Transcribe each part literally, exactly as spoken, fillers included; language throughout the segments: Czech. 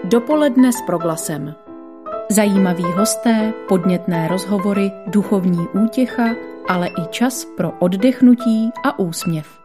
Dopoledne s Proglasem. Zajímaví hosté, podnětné rozhovory, duchovní útěcha, ale i čas pro oddechnutí a úsměv.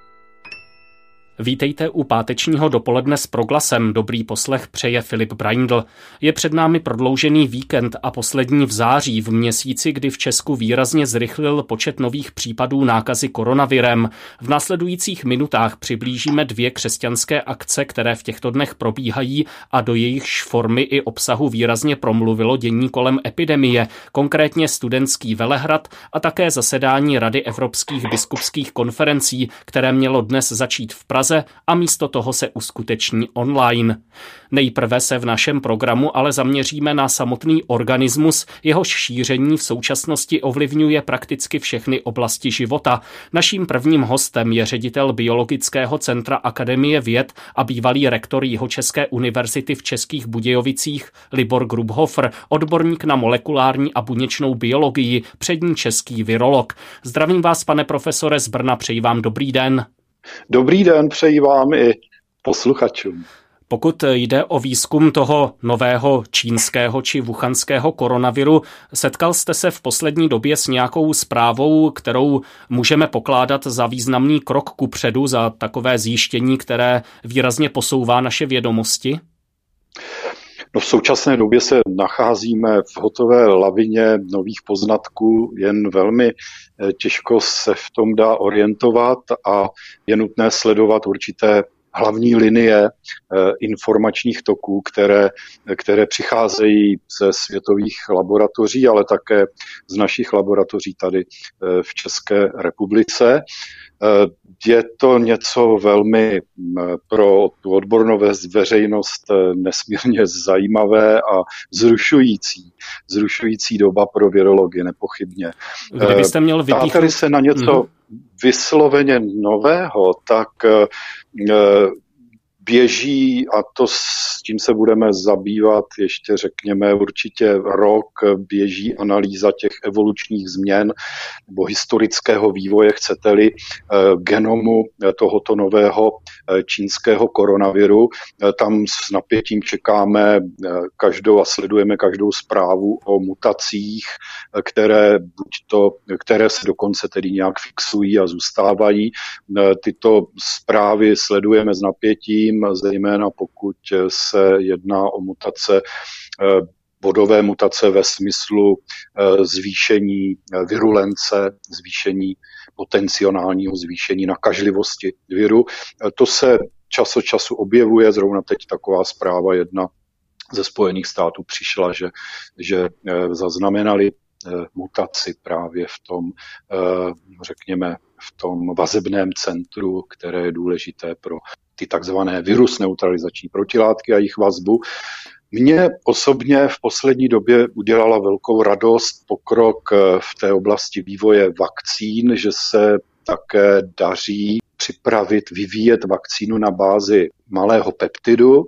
Vítejte u pátečního Dopoledne s Proglasem. Dobrý poslech přeje Filip Braindl. Je před námi prodloužený víkend a poslední v září, v měsíci, kdy v Česku výrazně zrychlil počet nových případů nákazy koronavirem. V následujících minutách přiblížíme dvě křesťanské akce, které v těchto dnech probíhají a do jejichž formy i obsahu výrazně promluvilo dění kolem epidemie, konkrétně studentský velehrad a také zasedání Rady evropských biskupských konferencí, které mělo dnes začít v Praze a místo toho se uskuteční online. Nejprve se v našem programu ale zaměříme na samotný organismus, jehož šíření v současnosti ovlivňuje prakticky všechny oblasti života. Naším prvním hostem je ředitel Biologického centra Akademie věd a bývalý rektor Jihočeské univerzity v Českých Budějovicích Libor Grubhofer, odborník na molekulární a buněčnou biologii, přední český virolog. Zdravím vás, pane profesore, z Brna, přeji vám dobrý den. Dobrý den, přeji vám i posluchačům. Pokud jde o výzkum toho nového čínského či wuchanského koronaviru, setkal jste se v poslední době s nějakou zprávou, kterou můžeme pokládat za významný krok kupředu, za takové zjištění, které výrazně posouvá naše vědomosti? No, v současné době se nacházíme v hotové lavině nových poznatků, jen velmi těžko se v tom dá orientovat a je nutné sledovat určité hlavní linie informačních toků, které, které přicházejí ze světových laboratoří, ale také z našich laboratoří tady v České republice. Je to něco velmi pro tu odbornou veřejnost nesmírně zajímavé a vzrušující. Vzrušující doba pro virology, nepochybně. Kdybyste měl vypíchnout... Ptáte-li se na něco mm. vysloveně nového, tak běží, a to s tím se budeme zabývat ještě řekněme určitě rok, běží analýza těch evolučních změn nebo historického vývoje, chcete-li, genomu tohoto nového čínského koronaviru. Tam s napětím čekáme každou a sledujeme každou zprávu o mutacích, které, buď to, které se dokonce tedy nějak fixují a zůstávají. Tyto zprávy sledujeme s napětím, zejména pokud se jedná o mutace, bodové mutace ve smyslu zvýšení virulence, zvýšení potenciálního zvýšení nakažlivosti viru. To se čas od času objevuje, zrovna teď taková zpráva jedna ze Spojených států přišla, že, že zaznamenali mutaci právě v tom, řekněme, v tom vazebném centru, které je důležité pro ty takzvané virus neutralizační protilátky a jejich vazbu. Mně osobně v poslední době udělala velkou radost pokrok v té oblasti vývoje vakcín, že se také daří připravit, vyvíjet vakcínu na bázi malého peptidu,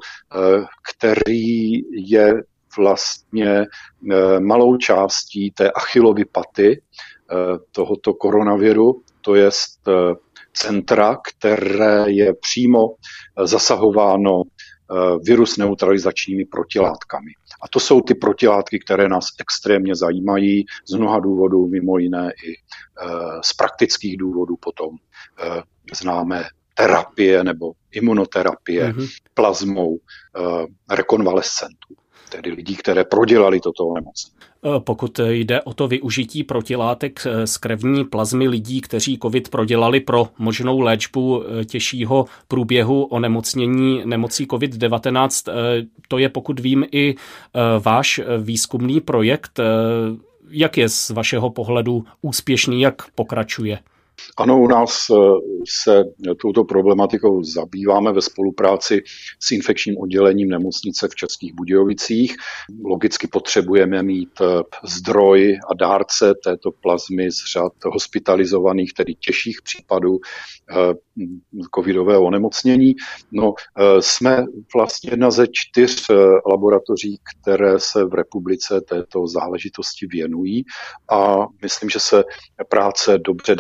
který je vlastně malou částí té Achillovy paty tohoto koronaviru, to je centra, které je přímo zasahováno virus neutralizačními protilátkami. A to jsou ty protilátky, které nás extrémně zajímají z mnoha důvodů, mimo jiné i z praktických důvodů potom známé terapie nebo imunoterapie mm-hmm. plazmou rekonvalescentů, tedy lidí, které prodělali toto onemocnění. Pokud jde o to využití protilátek z krevní plazmy lidí, kteří covid prodělali pro možnou léčbu těžšího průběhu onemocnění nemocí covid devatenáct, to je, pokud vím, i váš výzkumný projekt. Jak je z vašeho pohledu úspěšný, jak pokračuje? Ano, u nás se touto problematikou zabýváme ve spolupráci s infekčním oddělením nemocnice v Českých Budějovicích. Logicky potřebujeme mít zdroj a dárce této plazmy z řad hospitalizovaných, tedy těžších případů covidového onemocnění. No, jsme vlastně jedna ze čtyř laboratoří, které se v republice této záležitosti věnují a myslím, že se práce dobře daří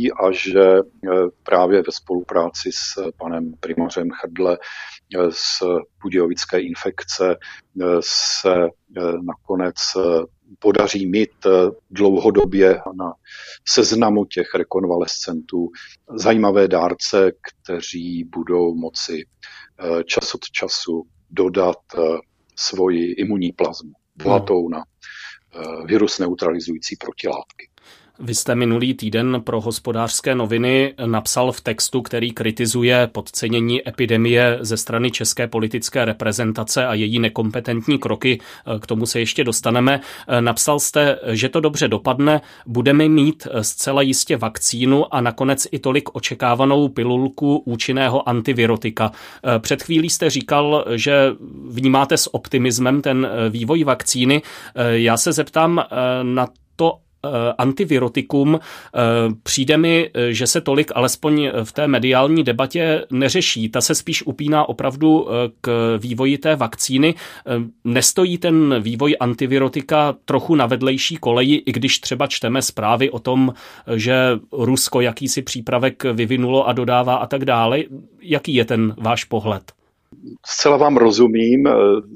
hrozí a že právě ve spolupráci s panem primářem Chrdle z budějovické infekce se nakonec podaří mít dlouhodobě na seznamu těch rekonvalescentů zajímavé dárce, kteří budou moci čas od času dodat svoji imunní plazmu, bohatou na virus neutralizující protilátky. Vy jste minulý týden pro Hospodářské noviny napsal v textu, který kritizuje podcenění epidemie ze strany české politické reprezentace a její nekompetentní kroky, k tomu se ještě dostaneme. Napsal jste, že to dobře dopadne, budeme mít zcela jistě vakcínu a nakonec i tolik očekávanou pilulku účinného antivirotika. Před chvílí jste říkal, že vnímáte s optimismem ten vývoj vakcíny. Já se zeptám na to antivirotikum. Přijde mi, že se tolik alespoň v té mediální debatě neřeší. Ta se spíš upíná opravdu k vývoji té vakcíny. Nestojí ten vývoj antivirotika trochu na vedlejší koleji, i když třeba čteme zprávy o tom, že Rusko jakýsi přípravek vyvinulo a dodává a tak dále. Jaký je ten váš pohled? Zcela vám rozumím.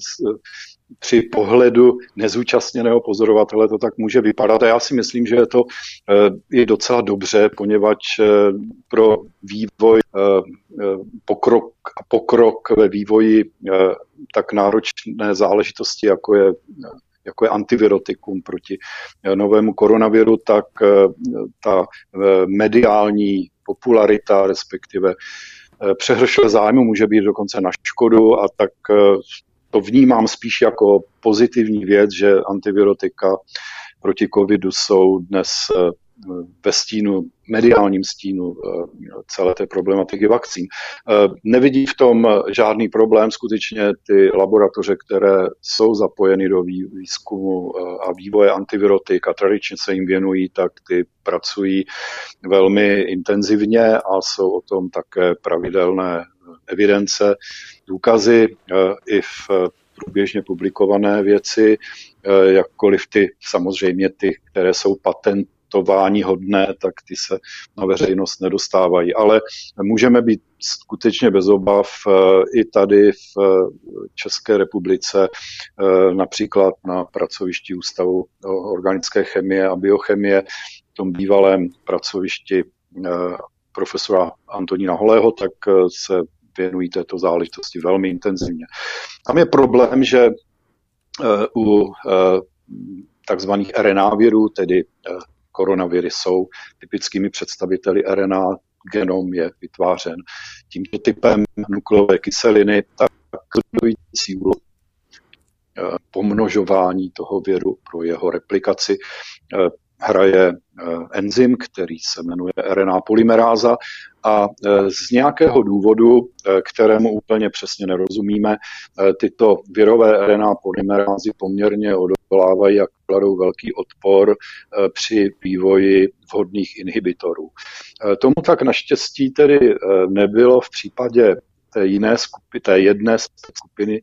Při pohledu nezúčastněného pozorovatele to tak může vypadat a já si myslím, že je to i docela dobře, poněvadž pro vývoj pokrok a pokrok ve vývoji tak náročné záležitosti, jako je jako je antivirotikum proti novému koronaviru, tak ta mediální popularita, respektive přehršel zájmu může být dokonce na škodu a tak to vnímám spíš jako pozitivní věc, že antivirotika proti covidu jsou dnes ve stínu, mediálním stínu celé té problematiky vakcín. Nevidím v tom žádný problém, skutečně ty laboratoře, které jsou zapojeny do výzkumu a vývoje antivirotik a tradičně se jim věnují, tak ty pracují velmi intenzivně a jsou o tom také pravidelné evidence, důkazy i v průběžně publikované věci, jakkoliv ty samozřejmě ty, které jsou patentování hodné, tak ty se na veřejnost nedostávají. Ale můžeme být skutečně bez obav i tady v České republice, například na pracovišti Ústavu organické chemie a biochemie, v tom bývalém pracovišti profesora Antonína Holého, tak se věnují této záležitosti velmi intenzivně. Tam je problém, že u takzvaných R N A virů, tedy koronaviry jsou typickými představiteli R N A, genom je vytvářen tímto typem nukleové kyseliny, tak sledující úlohu pomnožování toho viru pro jeho replikaci hraje enzym, který se jmenuje R N A polymeráza a z nějakého důvodu, kterému úplně přesně nerozumíme, tyto virové R N A polymerázy poměrně odolávají a kladou velký odpor při vývoji vhodných inhibitorů. Tomu tak naštěstí tedy nebylo v případě té jiné skupiny, té jedné skupiny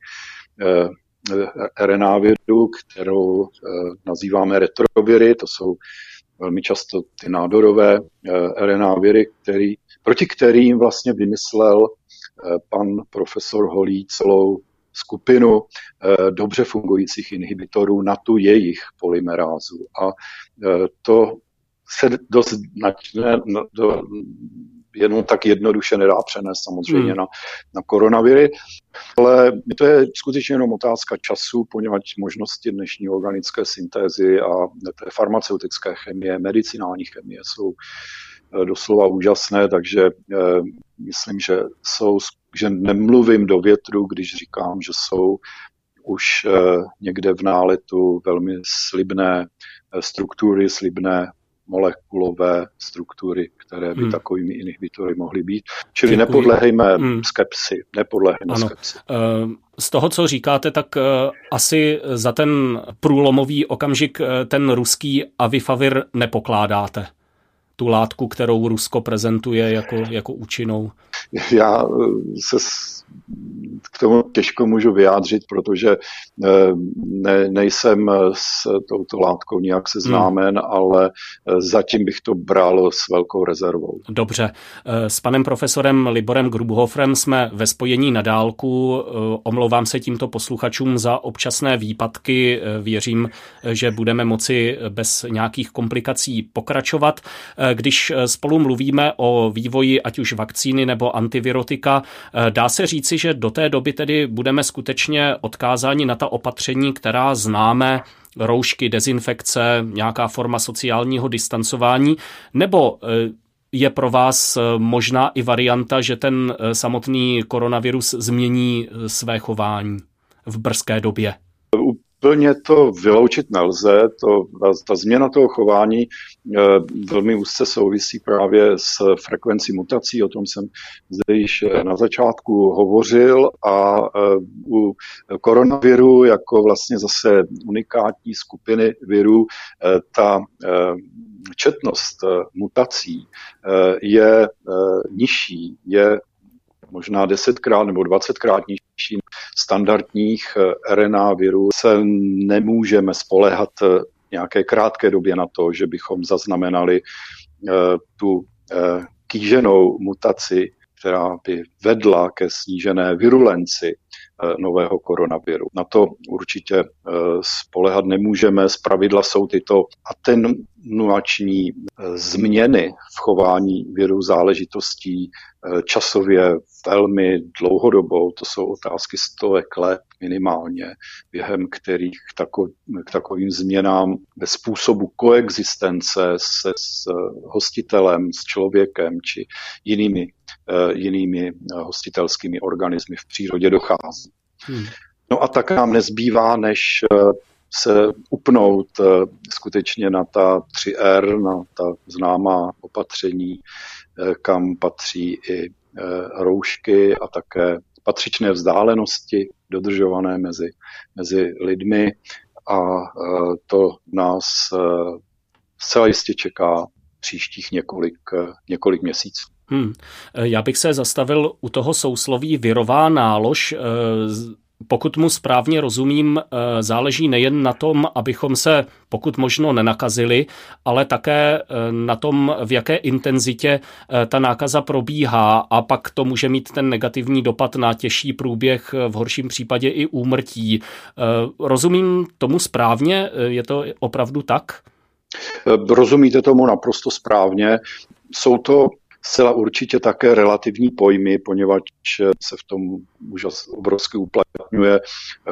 R N A virů, kterou nazýváme retroviry, to jsou velmi často ty nádorové R N A viry, který, proti kterým vlastně vymyslel pan profesor Holý celou skupinu dobře fungujících inhibitorů na tu jejich polymerázu. A to se dost značné, do, jenom tak jednoduše nedá přenést samozřejmě hmm. na, na koronaviry, ale to je skutečně jenom otázka času, poněvadž možnosti dnešní organické syntézy a té farmaceutické chemie, medicinální chemie jsou doslova úžasné, takže eh, myslím, že jsou, že nemluvím do větru, když říkám, že jsou už eh, někde v náletu velmi slibné struktury, slibné molekulové struktury, které by hmm. takovými inhibitory mohly být. Čili Děkuji. nepodléhejme hmm. skepsi. Nepodléhejme ano. skepsi. Z toho, co říkáte, tak asi za ten průlomový okamžik ten ruský Avifavir nepokládáte. Tu látku, kterou Rusko prezentuje jako, jako účinnou. Já se k tomu těžko můžu vyjádřit, protože ne, nejsem s touto látkou nijak seznámen, hmm. ale zatím bych to bral s velkou rezervou. Dobře. S panem profesorem Liborem Grubhoferem jsme ve spojení na dálku. Omlouvám se tímto posluchačům za občasné výpadky. Věřím, že budeme moci bez nějakých komplikací pokračovat. Když spolu mluvíme o vývoji ať už vakcíny nebo antivirotika, dá se říci, že do té doby tedy budeme skutečně odkázáni na ta opatření, která známe, roušky, dezinfekce, nějaká forma sociálního distancování, nebo je pro vás možná i varianta, že ten samotný koronavirus změní své chování v brzké době? Úplně to vyloučit nelze. To, ta, ta změna toho chování e, velmi úzce souvisí právě s frekvencí mutací. O tom jsem zde již na začátku hovořil a e, u koronaviru jako vlastně zase unikátní skupiny virů e, ta e, četnost e, mutací e, je e, nižší, je možná desetkrát nebo dvacetkrát nižší standardních R N A virů. Se nemůžeme spoléhat nějaké krátké době na to, že bychom zaznamenali tu kýženou mutaci, která by vedla ke snížené virulenci nového koronaviru. Na to určitě spoléhat nemůžeme. Zpravidla jsou tyto atenuační změny v chování viru záležitostí časově velmi dlouhodobou. To jsou otázky stovek let minimálně, během kterých k takovým změnám ve způsobu koexistence se s hostitelem, s člověkem či jinými, jinými hostitelskými organismy v přírodě dochází. Hmm. No a tak nám nezbývá, než se upnout skutečně na ta tři R, na ta známá opatření, kam patří i roušky a také patřičné vzdálenosti dodržované mezi, mezi lidmi, a to nás zcela jistě čeká příštích několik, několik měsíců. Hmm. Já bych se zastavil u toho sousloví virová nálož. Pokud mu správně rozumím, záleží nejen na tom, abychom se pokud možno nenakazili, ale také na tom, v jaké intenzitě ta nákaza probíhá, a pak to může mít ten negativní dopad na těžší průběh, v horším případě i úmrtí. Rozumím tomu správně? Je to opravdu tak? Rozumíte tomu naprosto správně. Jsou to zcela určitě také relativní pojmy, poněvadž se v tom úžas obrovsky uplatňuje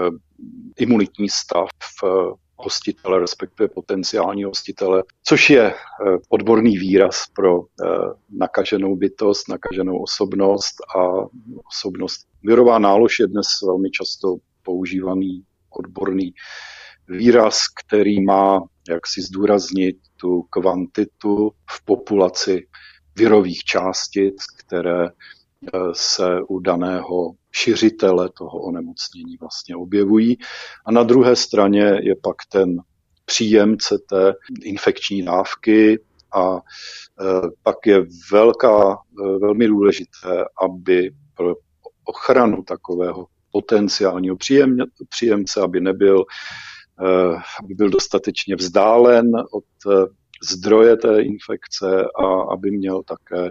imunitní stav hostitele, respektive potenciálního hostitele, což je odborný výraz pro nakaženou bytost, nakaženou osobnost, a osobnost. Virová nálož je dnes velmi často používaný odborný výraz, který má, jak si zdůraznit, tu kvantitu v populaci virových částic, které se u daného šiřitele toho onemocnění vlastně objevují. A na druhé straně je pak ten příjemce té infekční dávky, a pak je velká, velmi důležité, aby pro ochranu takového potenciálního příjemce, aby nebyl, aby byl dostatečně vzdálen od zdroje té infekce a aby měl také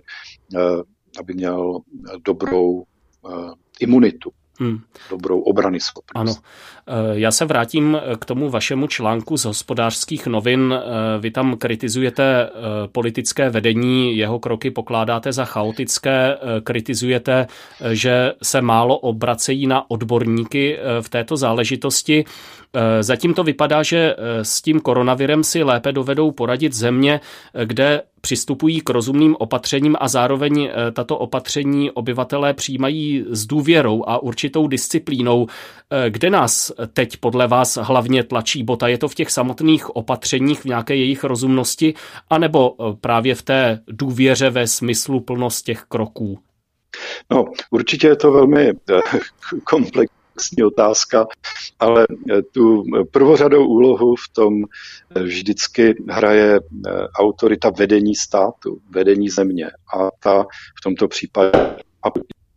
aby měl dobrou imunitu. Hmm. Dobrou obranyschopnost. Ano. Já se vrátím k tomu vašemu článku z Hospodářských novin. Vy tam kritizujete politické vedení, jeho kroky pokládáte za chaotické, kritizujete, že se málo obracejí na odborníky v této záležitosti. Zatím to vypadá, že s tím koronavirem si lépe dovedou poradit země, kde přistupují k rozumným opatřením a zároveň tato opatření obyvatelé přijímají s důvěrou a určitou disciplínou. Kde nás teď podle vás hlavně tlačí bota? Je to v těch samotných opatřeních, v nějaké jejich rozumnosti, anebo právě v té důvěře ve smyslu plnost těch kroků? No, určitě je to velmi komplexní otázka, ale tu prvořadou úlohu v tom vždycky hraje autorita vedení státu, vedení země, a ta v tomto případě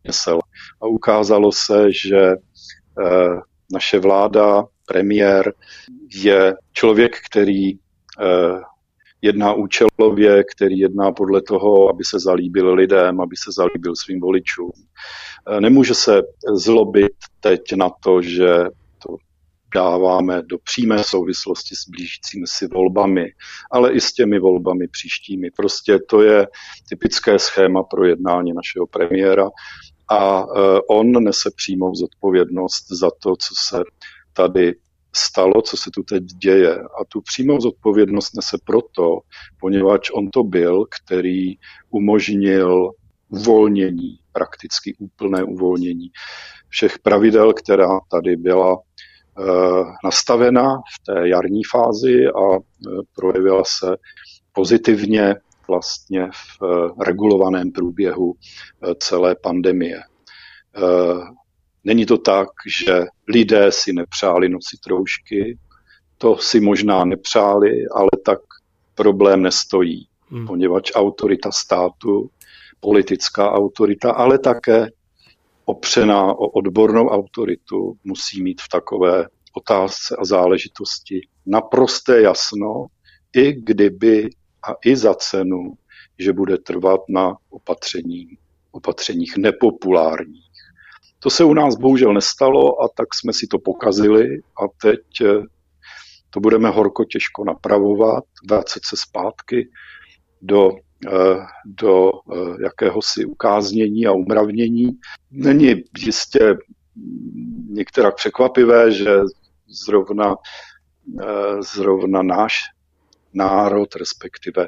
nesel. A ukázalo se, že naše vláda, premiér, je člověk, který jedná účelově, který jedná podle toho, aby se zalíbil lidem, aby se zalíbil svým voličům. Nemůže se zlobit teď na to, že to dáváme do přímé souvislosti s blížícími si volbami, ale i s těmi volbami příštími. Prostě to je typické schéma pro jednání našeho premiéra a on nese přímou zodpovědnost za to, co se tady stalo, co se tu teď děje. A tu přímou zodpovědnost nese proto, poněvadž on to byl, který umožnil uvolnění, prakticky úplné uvolnění všech pravidel, která tady byla e, nastavena v té jarní fázi a e, projevila se pozitivně vlastně v e, regulovaném průběhu e, celé pandemie. E, Není to tak, že lidé si nepřáli nosit roušky, to si možná nepřáli, ale tak problém nestojí, hmm. poněvadž autorita státu, politická autorita, ale také opřená o odbornou autoritu musí mít v takové otázce a záležitosti naprosté jasno, i kdyby a i za cenu, že bude trvat na opatření, opatřeních nepopulárních. To se u nás bohužel nestalo a tak jsme si to pokazili a teď to budeme horko těžko napravovat, vracet se zpátky do, do jakéhosi ukáznění a umravnění. Není jistě některak překvapivé, že zrovna, zrovna náš národ, respektive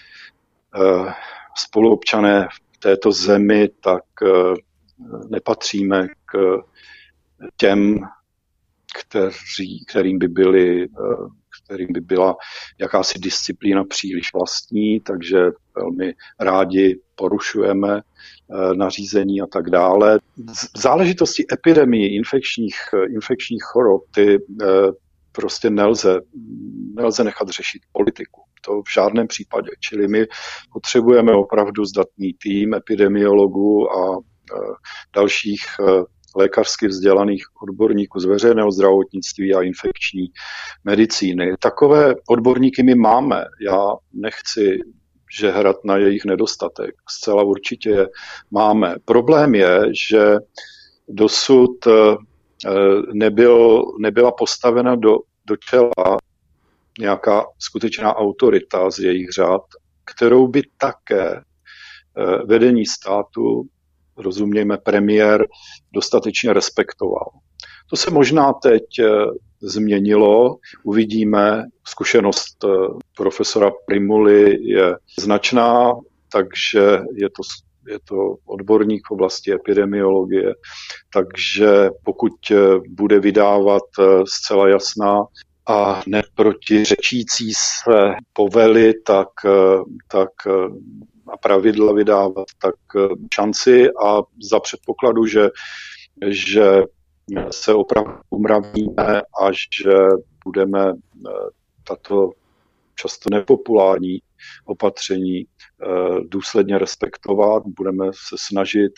spoluobčané v této zemi, tak nepatříme k těm, kteří, kterým by byly, kterým by byla jakási disciplína příliš vlastní, takže velmi rádi porušujeme nařízení a tak dále. V záležitosti epidemií, infekčních, infekčních chorob, ty prostě nelze, nelze nechat řešit politiku. To v žádném případě. Čili my potřebujeme opravdu zdatný tým epidemiologů a dalších lékařsky vzdělaných odborníků z veřejného zdravotnictví a infekční medicíny. Takové odborníky my máme. Já nechci žehrat na jejich nedostatek. Zcela určitě je máme. Problém je, že dosud nebyl, nebyla postavena do, do čela nějaká skutečná autorita z jejich řád, kterou by také vedení státu, rozumějme premiér, dostatečně respektoval. To se možná teď změnilo, uvidíme, zkušenost profesora Prymuly je značná, takže je to, je to odborník v oblasti epidemiologie, takže pokud bude vydávat zcela jasná a neprotiřečící se povely, tak, tak a pravidla vydávat, tak šanci a za předpokladu, že, že se opravdu umravíme a že budeme tato často nepopulární opatření důsledně respektovat, budeme se snažit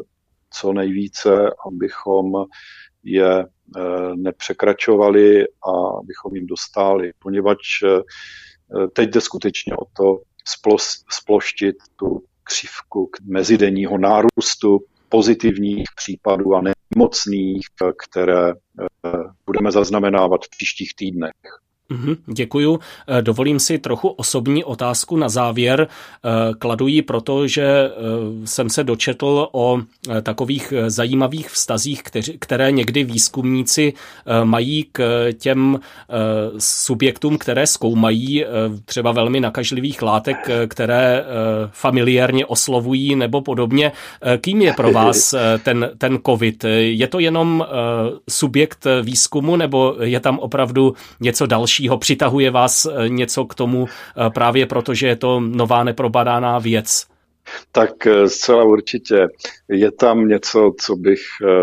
co nejvíce, abychom je nepřekračovali a abychom jim dostáli, poněvadž teď jde skutečně o to sploštit tu křivku mezidenního nárůstu pozitivních případů a nemocných, které budeme zaznamenávat v příštích týdnech. Děkuju. Dovolím si trochu osobní otázku na závěr. Kladu ji proto, že jsem se dočetl o takových zajímavých vztazích, které někdy výzkumníci mají k těm subjektům, které zkoumají, třeba velmi nakažlivých látek, které familiárně oslovují nebo podobně. Kým je pro vás ten, ten COVID? Je to jenom subjekt výzkumu nebo je tam opravdu něco dalšího? Přitahuje vás něco k tomu právě proto, že je to nová neprobadaná věc? Tak zcela určitě. Je tam něco, co bych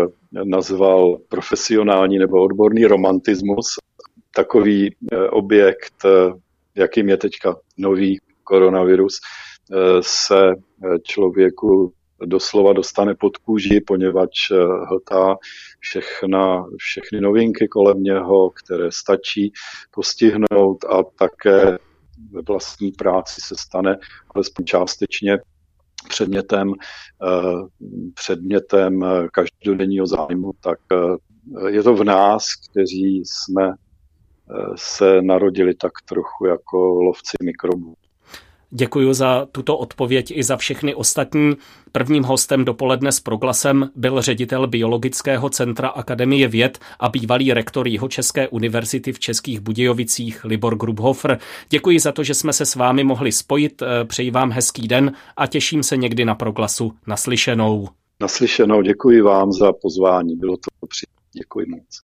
nazval profesionální nebo odborný romantismus. Takový objekt, jakým je teďka nový koronavirus, se člověku doslova dostane pod kůži, poněvadž hltá všechna, všechny novinky kolem něho, které stačí postihnout, a také ve vlastní práci se stane alespoň částečně předmětem, předmětem každodenního zájmu, tak je to v nás, kteří jsme se narodili tak trochu jako lovci mikrobů. Děkuji za tuto odpověď i za všechny ostatní. Prvním hostem dopoledne s Proglasem byl ředitel Biologického centra Akademie věd a bývalý rektor Jihočeské univerzity v Českých Budějovicích Libor Grubhofer. Děkuji za to, že jsme se s vámi mohli spojit. Přeji vám hezký den a těším se někdy na Proglasu. Naslyšenou. Naslyšenou, děkuji vám za pozvání. Bylo to příjemné. Děkuji moc.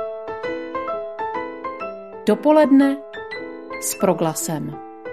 Dopoledne s Proglasem.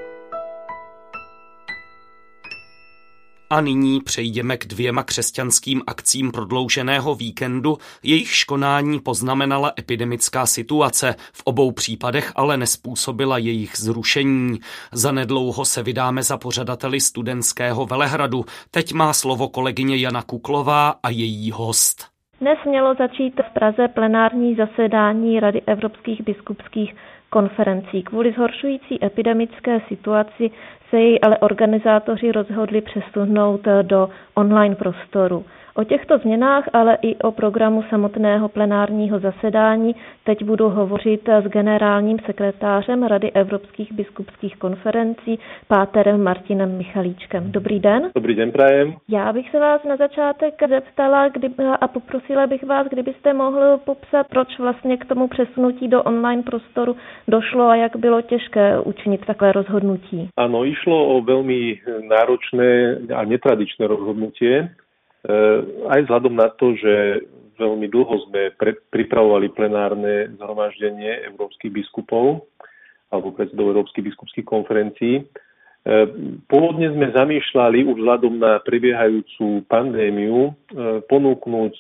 A nyní přejdeme k dvěma křesťanským akcím prodlouženého víkendu, jejichž konání poznamenala epidemická situace, v obou případech ale nespůsobila jejich zrušení. Zanedlouho se vydáme za pořadateli studentského Velehradu. Teď má slovo kolegyně Jana Kuklová a její host. Dnes mělo začít v Praze plenární zasedání Rady evropských biskupských konferencí. Kvůli zhoršující epidemické situaci se jej ale organizátoři rozhodli přesunout do online prostoru. O těchto změnách, ale i o programu samotného plenárního zasedání teď budu hovořit s generálním sekretářem Rady evropských biskupských konferencí, páterem Martinem Michalíčkem. Dobrý den. Dobrý den, prajem. Já bych se vás na začátek zeptala kdyby, a poprosila bych vás, kdybyste mohl popsat, proč vlastně k tomu přesunutí do online prostoru došlo a jak bylo těžké učinit takové rozhodnutí. Áno, išlo o veľmi náročné a netradičné rozhodnutie. Aj vzhľadom na to, že veľmi dlho sme pre, pripravovali plenárne zhromaždenie európskych biskupov alebo predsedov európskych biskupských konferencií. Pôvodne sme zamýšľali už vzhľadom na prebiehajúcu pandémiu ponúknuť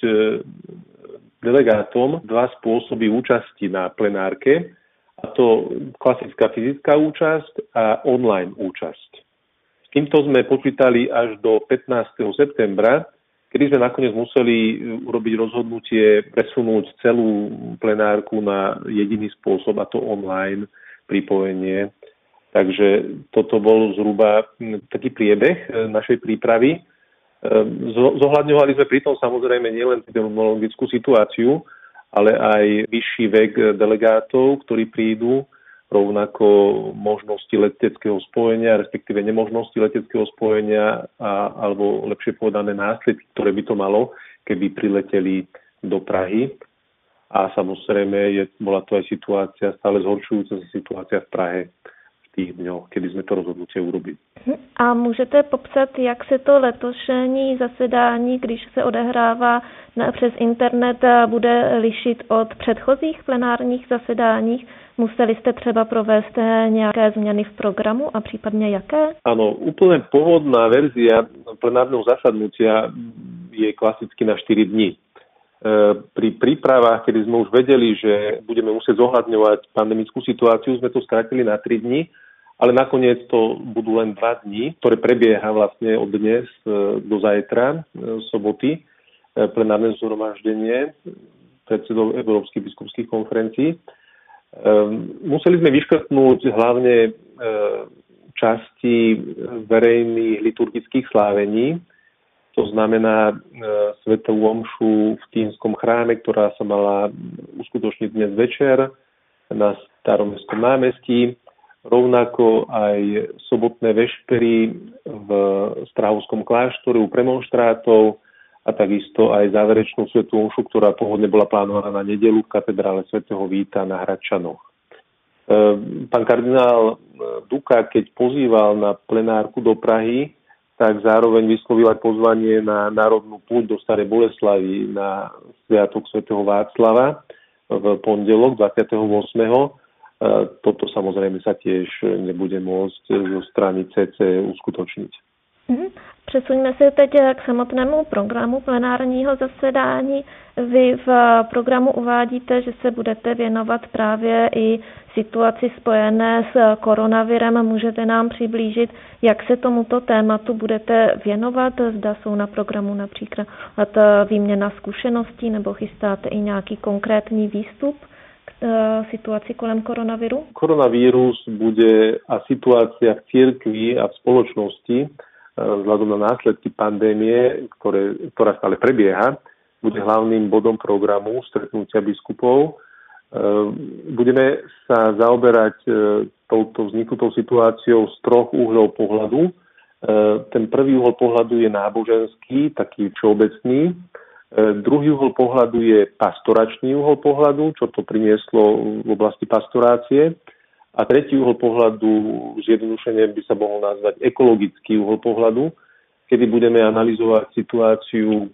delegátom dva spôsoby účasti na plenárke, a to klasická fyzická účasť a online účasť. S týmto sme počítali až do pätnásteho septembra, kedy sme nakoniec museli urobiť rozhodnutie presunúť celú plenárku na jediný spôsob, a to online pripojenie. Takže toto bol zhruba taký priebeh našej prípravy. Zohľadňovali sme pritom samozrejme nielen epidemiologickú situáciu, ale aj vyšší vek delegátov, ktorí prídu, rovnako možnosti leteckého spojenia, respektíve nemožnosti leteckého spojenia, a, alebo lepšie povedané následky, ktoré by to malo, keby prileteli do Prahy. A samozrejme je, bola to aj situácia, stále zhoršujúca sa situácia v Prahe v tých dňoch, kedy sme to rozhodnutie urobili. A můžete popsat, jak se to letošní zasedání, když se odehrává přes internet, bude lišit od předchozích plenárních zasedání? Museli ste třeba provést nejaké zmeny v programu a prípadne jaké? Áno, úplne pôvodná verzia plenárneho zasadnutia je klasicky na štyri dni. Pri prípravách, kedy sme už vedeli, že budeme musieť zohľadňovať pandemickú situáciu, sme to skratili na tri dni, ale nakoniec to budú len dva dni, ktoré prebieha vlastne od dnes do zajtra, soboty, plenárne zhromaždenie predsedov Európskych biskupských konferencií. Museli sme vyškrtnúť hlavne časti verejných liturgických slávení, to znamená svätú omšu v Tínskom chráme, ktorá sa mala uskutočniť dnes večer na Staromestskom námestí, rovnako aj sobotné vešpery v Strahovskom kláštore u premonštrátov a takisto aj záverečnú svätú omšu, ktorá pôvodne bola plánovaná na nedeľu v katedrále svätého Víta na Hradčanoch. Pán kardinál Duka, keď pozýval na plenárku do Prahy, tak zároveň vyslovil aj pozvanie na národnú púť do Starej Boleslavy na sviatok svätého Václava v pondelok dvadsiateho ôsmeho Toto samozrejme sa tiež nebude môcť zo strany cé cé uskutočniť. Mm. Přesuňme se teď k samotnému programu plenárního zasedání. Vy v programu uvádíte, že se budete věnovat právě i situaci spojené s koronavirem. Můžete nám přiblížit, jak se tomuto tématu budete věnovat? Zda jsou na programu například výměna zkušeností nebo chystáte i nějaký konkrétní výstup k situaci kolem koronaviru? Koronavírus bude a situácia v cirkvi a v spoločnosti vzhľadom na následky pandémie, ktoré, ktorá stále prebieha, bude hlavným bodom programu stretnutia biskupov. Budeme sa zaoberať touto vzniknutou situáciou z troch uhlov pohľadu. Ten prvý uhol pohľadu je náboženský, taký všeobecný. Druhý uhol pohľadu je pastoračný uhol pohľadu, čo to prinieslo v oblasti pastorácie. A tretí uhol pohľadu, zjednodušene by sa mohol nazvať ekologický uhol pohľadu, kedy budeme analyzovať situáciu e,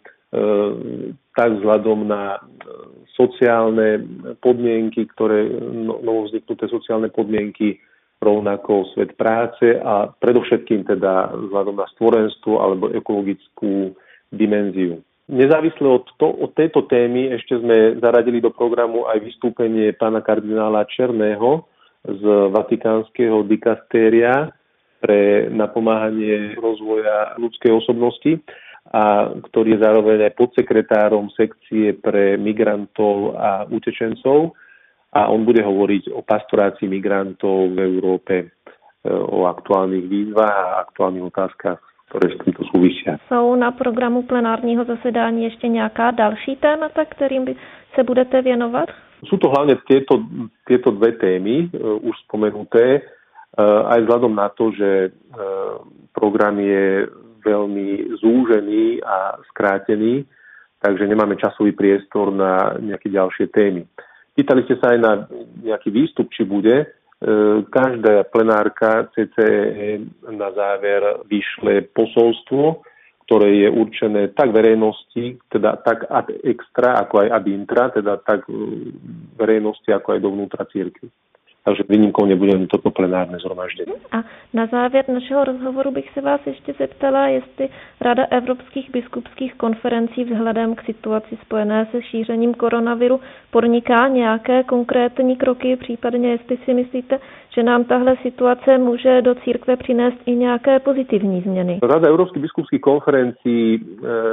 tak vzhľadom na sociálne podmienky, ktoré no, novovzniknuté sociálne podmienky, rovnako svet práce a predovšetkým teda vzhľadom na stvorenstvo alebo ekologickú dimenziu. Nezávisle od, to, od tejto témy ešte sme zaradili do programu aj vystúpenie pána kardinála Černého z Vatikánskeho dikastéria pre napomáhanie rozvoja ľudskej osobnosti, a ktorý je zároveň aj podsekretárom sekcie pre migrantov a utečencov, a on bude hovoriť o pastorácii migrantov v Európe, o aktuálnych výzvách a aktuálnych otázkach, ktoré s týmto súvisia. Jsou na programu plenárního zasedání ještě nějaká další témata, kterým by se budete věnovat? Sú to hlavne tieto, tieto dve témy, uh, už spomenuté, uh, aj vzhľadom na to, že uh, program je veľmi zúžený a skrátený, takže nemáme časový priestor na nejaké ďalšie témy. Pýtali ste sa aj na nejaký výstup, či bude. Uh, každá plenárka cé cé é na záver vyšle posolstvo, ktoré je určené tak verejnosti, teda tak ad extra, ako aj ad intra, teda tak verejnosti, ako aj dovnútra cirkvi. Takže výnimkou nebude toto plenárne zhromaždenie. A na závěr našeho rozhovoru bych se vás ještě zeptala, jestli Rada Evropských biskupských konferencí vzhledem k situaci spojené se šířením koronaviru podniká nějaké konkrétní kroky, případně jestli si myslíte, že nám tahle situace může do církve přinést i nějaké pozitivní změny. Rada Európskych biskupských konferencií e,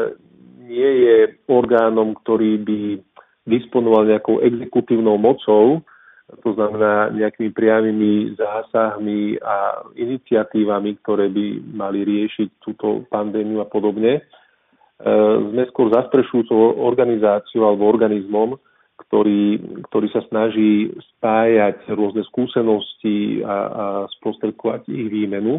nie je orgánom, ktorý by disponoval nejakou exekutívnou mocou, to znamená nejakými priamými zásahmi a iniciatívami, ktoré by mali riešiť túto pandémiu a podobne. E, sme skôr zastrešujúcou organizáciou alebo organizmom, ktorý, ktorý sa snaží spájať rôzne skúsenosti a, a sprostredkovať ich výmenu. E,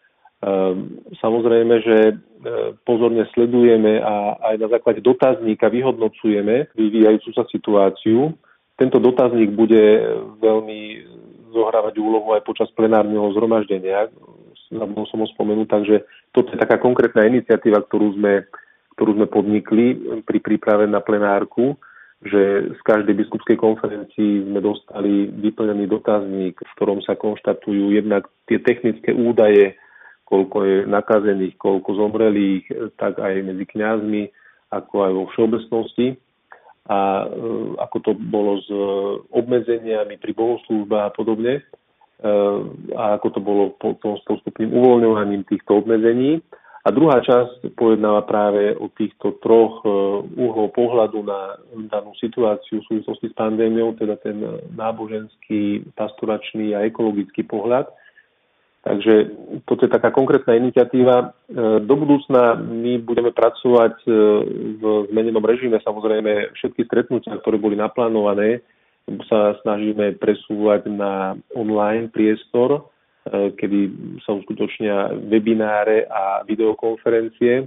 samozrejme, že e, pozorne sledujeme a aj na základe dotazníka vyhodnocujeme vyvíjajúcu sa situáciu. Tento dotazník bude veľmi zohrávať úlohu aj počas plenárneho zhromaždenia. Zabudol som ho spomenúť, takže toto je taká konkrétna iniciatíva, ktorú sme, ktorú sme podnikli pri príprave na plenárku, že z každej biskupskej konferencii sme dostali vyplnený dotazník, v ktorom sa konštatujú jednak tie technické údaje, koľko je nakazených, koľko zomrelých, tak aj medzi kňazmi, ako aj vo všeobecnosti. A ako to bolo s obmedzeniami pri bohoslúžbách a podobne, a ako to bolo potom s postupným uvoľňovaním týchto obmedzení. A druhá časť pojednáva práve o týchto troch uhlov pohľadu na danú situáciu v súvislosti s pandémiou, teda ten náboženský, pastoračný a ekologický pohľad. Takže toto je taká konkrétna iniciatíva. Do budúcna my budeme pracovať v zmenenom režime. Samozrejme, všetky stretnutia, ktoré boli naplánované, sa snažíme presúvať na online priestor, kedy sa uskutočnia webináre a videokonferencie.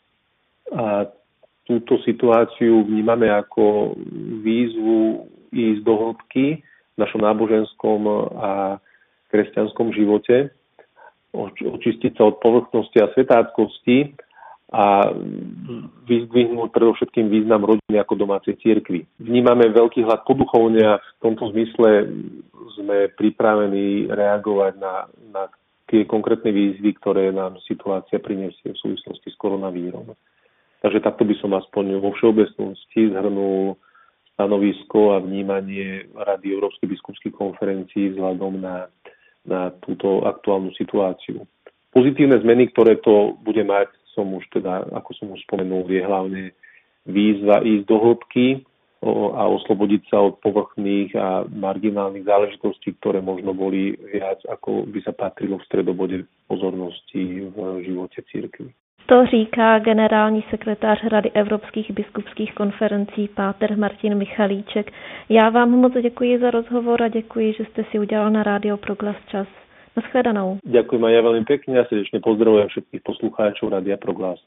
A túto situáciu vnímame ako výzvu ísť do hĺbky v našom náboženskom a kresťanskom živote, očistiť sa od povrchnosti a svetáckosti a vyzdvihnúť predovšetkým význam rodiny ako domácej cirkvi. Vnímame veľký hlad po duchovne a v tomto zmysle sme pripravení reagovať na, na tie konkrétne výzvy, ktoré nám situácia prinesie v súvislosti s koronavírom. Takže takto by som aspoň vo všeobecnosti zhrnul stanovisko a vnímanie Rady Európskej biskupských konferencií vzhľadom na, na túto aktuálnu situáciu. Pozitívne zmeny, ktoré to bude mať, som už teda, ako som už spomenul, je hlavne výzva ísť do hĺbky a oslobodiť sa od povrchných a marginálnych záležitostí, ktoré možno boli viac, ako by sa patrilo v stredobode pozornosti v živote cirkvi. To říká generální sekretář Rady Evropských biskupských konferencí páter Martin Michalíček. Já vám moc děkuji za rozhovor a děkuji, že jste si udělal na Rádio Proglas čas. Naschledanou. Ďakujem aj ja veľmi pekne a srdečne pozdravujem všetkých poslucháčov Rádia Proglas.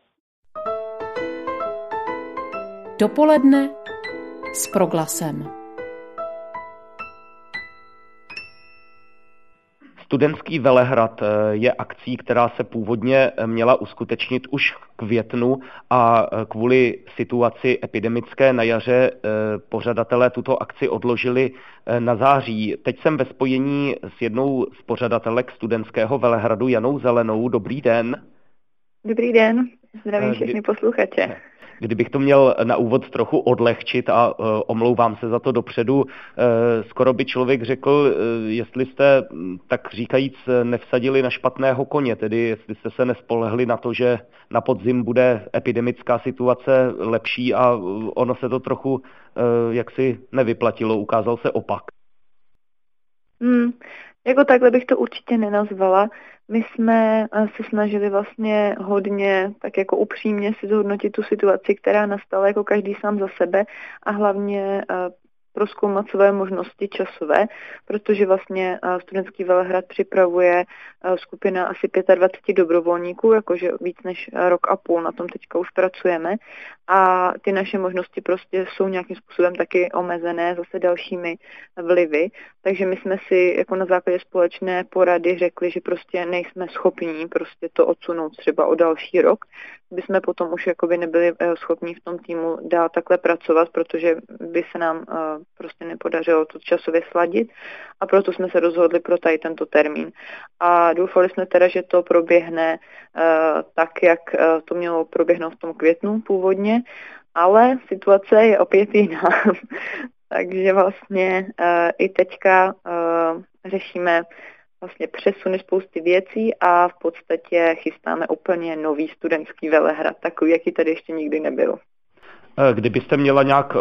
Dopoledne s Proglasem. Studentský velehrad je akcí, která se původně měla uskutečnit už v květnu a kvůli situaci epidemické na jaře pořadatelé tuto akci odložili na září. Teď jsem ve spojení s jednou z pořadatelek studentského velehradu, Janou Zelenou. Dobrý den. Dobrý den, zdravím všechny posluchače. Kdybych to měl na úvod trochu odlehčit a uh, omlouvám se za to dopředu, uh, skoro by člověk řekl, uh, jestli jste, tak říkajíc, nevsadili na špatného koně, tedy jestli jste se nespolehli na to, že na podzim bude epidemická situace lepší a uh, ono se to trochu uh, jaksi nevyplatilo, ukázal se opak. Hmm, jako takhle bych to určitě nenazvala. My jsme se snažili vlastně hodně, tak jako upřímně si zhodnotit tu situaci, která nastala jako každý sám za sebe a hlavně prozkoumat své možnosti časové, protože vlastně studentský velehrad připravuje skupina asi dvacet pět dobrovolníků, jakože víc než rok a půl na tom teďka už pracujeme a ty naše možnosti prostě jsou nějakým způsobem taky omezené zase dalšími vlivy, takže my jsme si jako na základě společné porady řekli, že prostě nejsme schopní prostě to odsunout třeba o další rok, by jsme potom už jakoby nebyli schopní v tom týmu dál takhle pracovat, protože by se nám prostě nepodařilo to časově sladit a proto jsme se rozhodli pro tady tento termín. A doufali jsme teda, že to proběhne uh, tak, jak uh, to mělo proběhnout v tom květnu původně, ale situace je opět jiná. Takže vlastně uh, i teďka uh, řešíme vlastně přesuny spousty věcí a v podstatě chystáme úplně nový studentský velehrad, takový, jaký tady ještě nikdy nebyl. Kdybyste měla nějak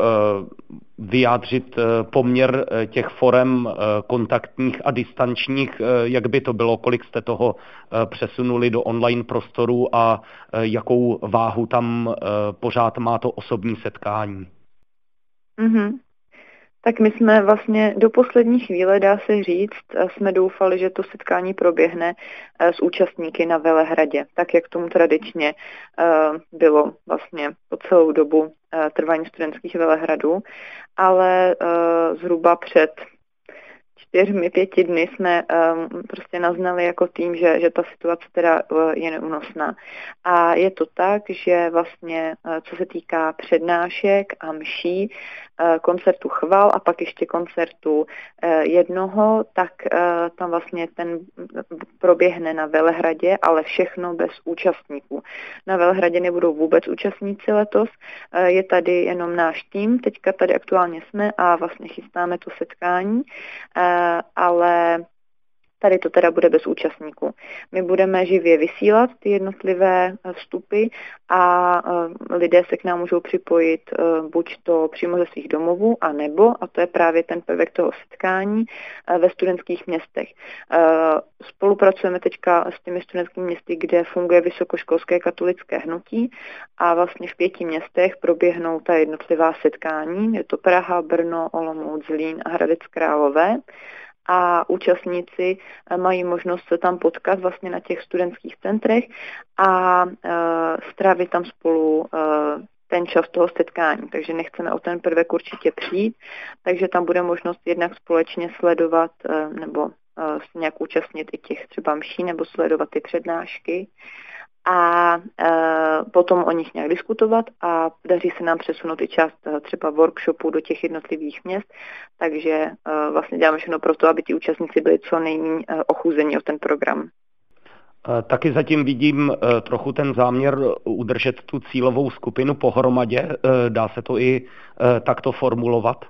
vyjádřit poměr těch forem kontaktních a distančních, jak by to bylo, kolik jste toho přesunuli do online prostoru a jakou váhu tam pořád má to osobní setkání? Mm-hmm. Tak my jsme vlastně do poslední chvíle, dá se říct, jsme doufali, že to setkání proběhne s účastníky na velehradě, tak jak tomu tradičně bylo vlastně po celou dobu trvání studentských velehradů, ale zhruba před čtyřmi, pěti dny jsme um, prostě naznali jako tým, že, že ta situace teda uh, je neúnosná. A je to tak, že vlastně, uh, co se týká přednášek a mší, uh, koncertu chval a pak ještě koncertu uh, jednoho, tak uh, tam vlastně ten proběhne na velehradě, ale všechno bez účastníků. Na velehradě nebudou vůbec účastníci letos, uh, je tady jenom náš tým, teďka tady aktuálně jsme a vlastně chystáme to setkání. Uh, ale tady to teda bude bez účastníků. My budeme živě vysílat ty jednotlivé vstupy a lidé se k nám můžou připojit buď to přímo ze svých domovů, anebo, a to je právě ten prvek toho setkání, ve studentských městech. Spolupracujeme teďka s těmi studentskými městy, kde funguje vysokoškolské katolické hnutí a vlastně v pěti městech proběhnou ta jednotlivá setkání. Je to Praha, Brno, Olomouc, Zlín a Hradec Králové. A účastníci mají možnost se tam potkat vlastně na těch studentských centrech a e, strávit tam spolu e, ten čas toho setkání. Takže nechceme o ten prvek určitě přijít, takže tam bude možnost jednak společně sledovat e, nebo e, se nějak účastnit i těch třeba mší nebo sledovat ty přednášky a e, potom o nich nějak diskutovat a daří se nám přesunout i část třeba workshopu do těch jednotlivých měst, takže e, vlastně děláme všechno pro to, aby ti účastníci byli co nejméně e, ochuzení o ten program. Taky zatím vidím trochu ten záměr udržet tu cílovou skupinu pohromadě. Dá se to i takto formulovat?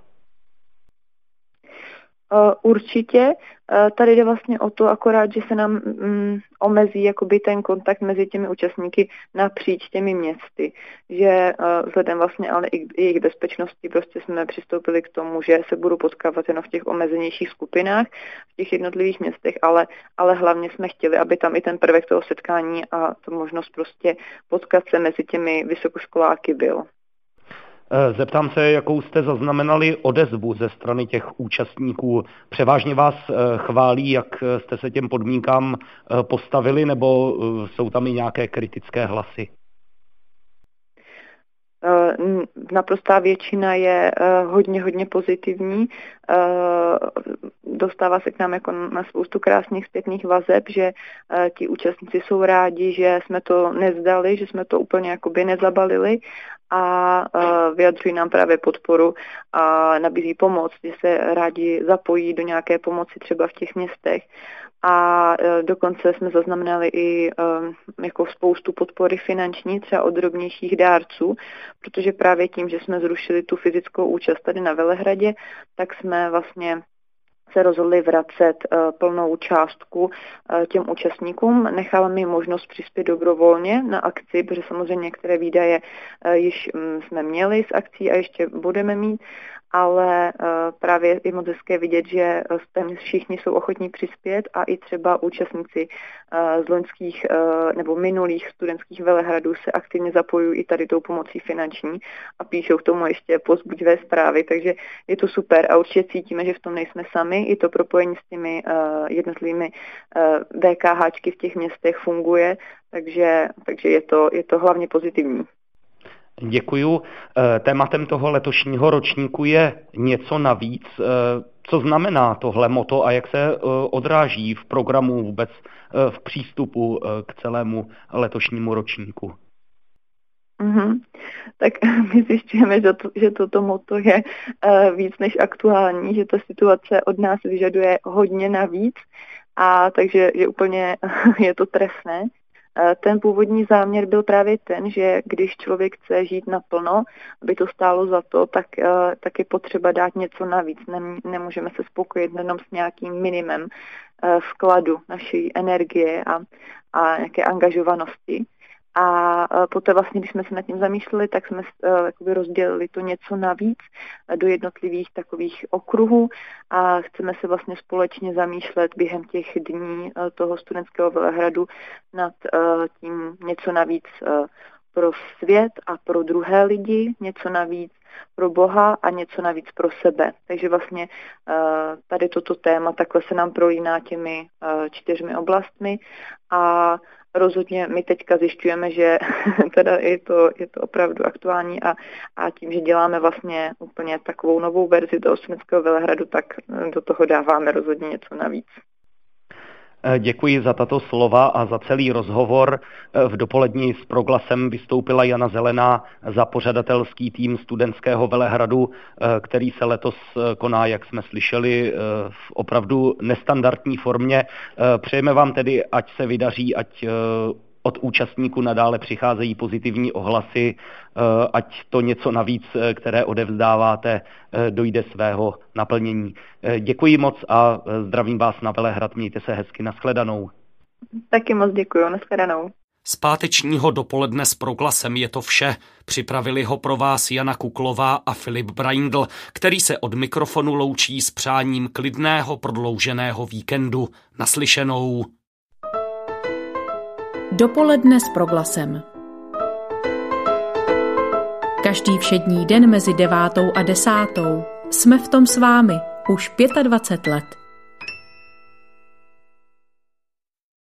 Určitě. Tady jde vlastně o to akorát, že se nám mm, omezí jakoby ten kontakt mezi těmi účastníky napříč těmi městy. Že uh, vzhledem vlastně ale i jejich bezpečnosti prostě jsme přistoupili k tomu, že se budou potkávat jenom v těch omezenějších skupinách, v těch jednotlivých městech, ale, ale hlavně jsme chtěli, aby tam i ten prvek toho setkání a to možnost prostě potkat se mezi těmi vysokoškoláky byl. Zeptám se, jakou jste zaznamenali odezvu ze strany těch účastníků. Převážně vás chválí, jak jste se těm podmínkám postavili, nebo jsou tam i nějaké kritické hlasy? Naprostá většina je hodně, hodně pozitivní. Dostává se k nám jako na spoustu krásných zpětných vazeb, že ti účastníci jsou rádi, že jsme to nezdali, že jsme to úplně jakoby nezabalili a vyjadřují nám právě podporu a nabízí pomoc, že se rádi zapojí do nějaké pomoci třeba v těch městech. A dokonce jsme zaznamenali i jako spoustu podpory finanční, třeba od drobnějších dárců, protože právě tím, že jsme zrušili tu fyzickou účast tady na Velehradě, tak jsme vlastně se rozhodli vracet uh, plnou částku uh, těm účastníkům. Necháváme jim možnost přispět dobrovolně na akci, protože samozřejmě některé výdaje uh, již um, jsme měli z akcí a ještě budeme mít, ale uh, právě je moc hezké vidět, že uh, všichni jsou ochotní přispět a i třeba účastníci uh, z loňských uh, nebo minulých studentských velehradů se aktivně zapojují i tady tou pomocí finanční a píšou k tomu ještě povzbudivé zprávy, takže je to super a určitě cítíme, že v tom nejsme sami, i to propojení s těmi uh, jednotlivými uh, V K Háčky v těch městech funguje, takže, takže je to, je to hlavně pozitivní. Děkuju. Tématem toho letošního ročníku je něco navíc. Co znamená tohle motto a jak se odráží v programu vůbec v přístupu k celému letošnímu ročníku? Mm-hmm. Tak my zjišťujeme, že, to, že toto motto je uh, víc než aktuální, že ta situace od nás vyžaduje hodně navíc a takže že úplně je to trefné. Ten původní záměr byl právě ten, že když člověk chce žít naplno, aby to stálo za to, tak, tak je potřeba dát něco navíc. Nemůžeme se spokojit jenom s nějakým minimem vkladu naší energie a, a nějaké angažovanosti. A poté vlastně, když jsme se nad tím zamýšleli, tak jsme jakoby rozdělili to něco navíc do jednotlivých takových okruhů a chceme se vlastně společně zamýšlet během těch dní toho studentského velehradu nad tím něco navíc pro svět a pro druhé lidi, něco navíc pro Boha a něco navíc pro sebe. Takže vlastně tady toto téma takhle se nám prolíná těmi čtyřmi oblastmi a rozhodně my teďka zjišťujeme, že teda je to, je to opravdu aktuální a, a tím, že děláme vlastně úplně takovou novou verzi toho studentského velehradu, tak do toho dáváme rozhodně něco navíc. Děkuji za tato slova a za celý rozhovor. V dopolední s Proglasem vystoupila Jana Zelená za pořadatelský tým studentského velehradu, který se letos koná, jak jsme slyšeli, v opravdu nestandardní formě. Přejeme vám tedy, ať se vydaří, ať od účastníků nadále přicházejí pozitivní ohlasy, ať to něco navíc, které odevzdáváte, dojde svého naplnění. Děkuji moc a zdravím vás na Velehrad. Mějte se hezky. Nashledanou. Taky moc děkuji. Nashledanou. Z pátečního dopoledne s Proglasem je to vše. Připravili ho pro vás Jana Kuklová a Filip Braindl, který se od mikrofonu loučí s přáním klidného prodlouženého víkendu. Naslyšenou. Dopoledne s Proglasem. Každý všední den mezi devátou a desátou jsme v tom s vámi už dvacet pět let.